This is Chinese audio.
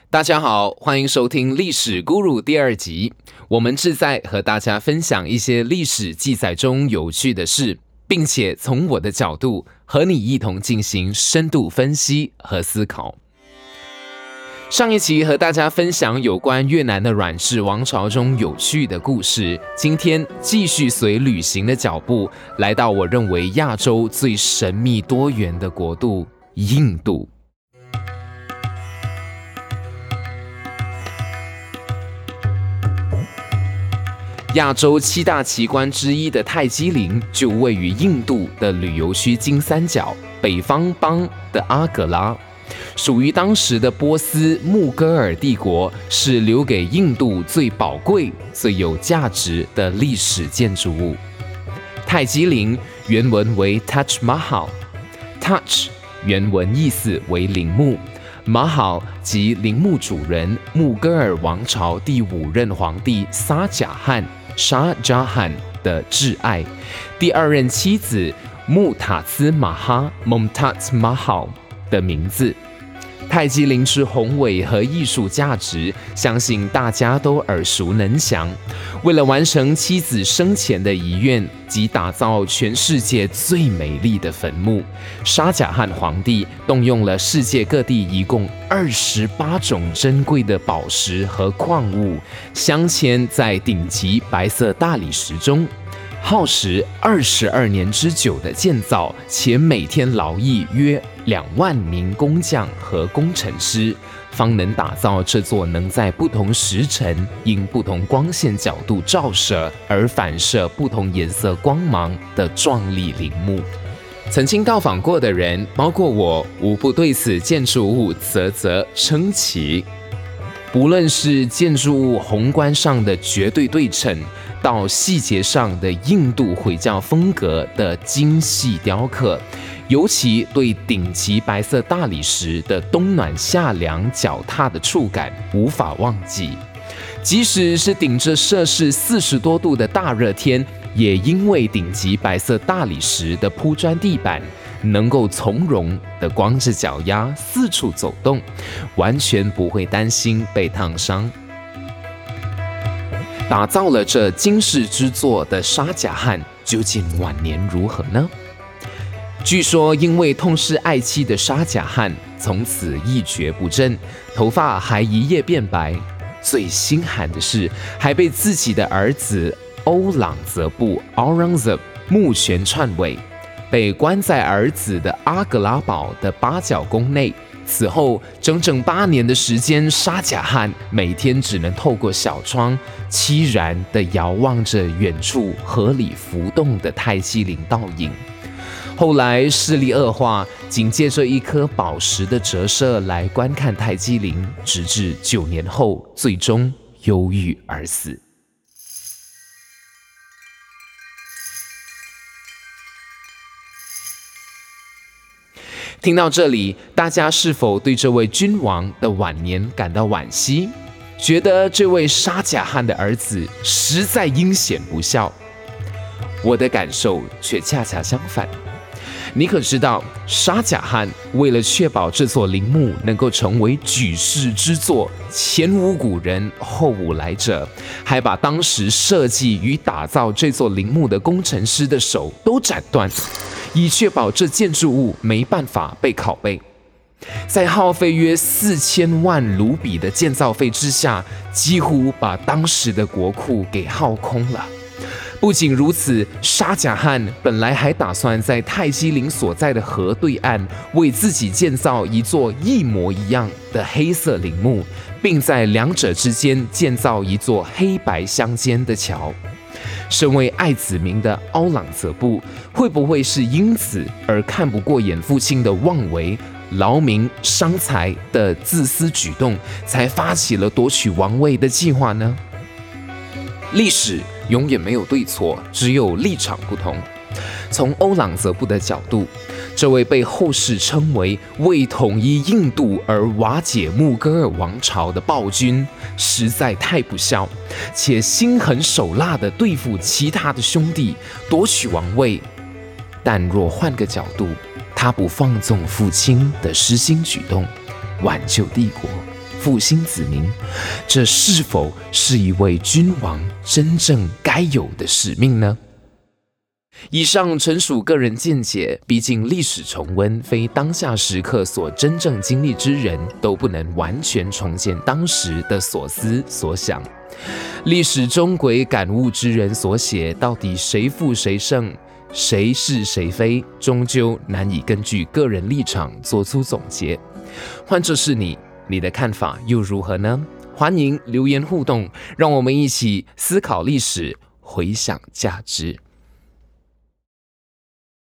大家好，欢迎收听历史 Guru 第2集。我们志在和大家分享一些历史记载中有趣的事，并且从我的角度和你一同进行深度分析和思考。上一期和大家分享有关越南的阮氏王朝中有趣的故事，今天继续随旅行的脚步，来到我认为亚洲最神秘多元的国度——印度。亚洲7大奇观之一的泰姬陵就位于印度的旅游区金三角北方邦的阿格拉，属于当时的波斯穆哥尔帝国，是留给印度最宝贵、最有价值的历史建筑物。泰姬陵原文为 Taj Mahal，Taj 原文意思为陵墓，Mahal 即陵墓主人穆哥尔王朝第5任皇帝沙贾汗沙加汗的挚爱，第2任妻子穆塔兹马哈 Mumtaz Mahal 的名字。泰姬陵之宏伟和艺术价值，相信大家都耳熟能详。为了完成妻子生前的遗愿及打造全世界最美丽的坟墓，沙贾汗皇帝动用了世界各地一共28种珍贵的宝石和矿物，镶嵌在顶级白色大理石中，耗时22年之久的建造，且每天劳役约2万名工匠和工程师，方能打造这座能在不同时辰因不同光线角度照射而反射不同颜色光芒的壮丽陵墓。曾经到访过的人，包括我，无不对此建筑物啧啧称奇。不论是建筑物宏观上的绝对对称，到细节上的印度回教风格的精细雕刻，尤其对顶级白色大理石的冬暖夏凉脚踏的触感无法忘记。即使是顶着摄氏40多度的大热天，也因为顶级白色大理石的铺砖地板能够从容地光着脚丫四处走动，完全不会担心被烫伤。打造了这惊世之作的沙贾汗究竟晚年如何呢？据说因为痛失爱妻的沙贾汗从此一蹶不振，头发还一夜变白，最心寒的是还被自己的儿子欧朗则布 Aurangzeb 目权篡位，被关在儿子的阿格拉堡的八角宫内。此后整整8年的时间，沙贾汗每天只能透过小窗凄然地遥望着远处河里浮动的泰姬陵倒影。后来视力恶化，仅借着一颗宝石的折射来观看泰姬陵，直至9年后最终忧郁而死。听到这里，大家是否对这位君王的晚年感到惋惜？觉得这位沙贾汗的儿子实在阴险不孝？我的感受却恰恰相反。你可知道，沙贾汗为了确保这座陵墓能够成为举世之作，前无古人后无来者，还把当时设计与打造这座陵墓的工程师的手都斩断，以确保这建筑物没办法被拷贝。在耗费约4000万卢比的建造费之下，几乎把当时的国库给耗空了。不仅如此，沙贾汗本来还打算在泰姬陵所在的河对岸为自己建造一座一模一样的黑色陵墓，并在两者之间建造一座黑白相间的桥。身为爱子民的欧朗则布，会不会是因此而看不过眼父亲的妄为、劳民伤财的自私举动，才发起了夺取王位的计划呢？历史永远没有对错，只有立场不同。从欧朗则布的角度，这位被后世称为为统一印度而瓦解穆哥尔王朝的暴君，实在太不孝，且心狠手辣地对付其他的兄弟，夺取王位。但若换个角度，他不放纵父亲的失心举动，挽救帝国， 复兴子民，这是否是一位君王真正该有的使命呢？以上纯属个人见解，毕竟历史重温非当下时刻所真正经历之人都不能完全重建当时的所思所想。历史中轨感悟之人所写，到底谁负谁胜，谁是谁非，终究难以根据个人立场做出总结。换作是你的看法又如何呢？欢迎留言互动，让我们一起思考历史，回想价值。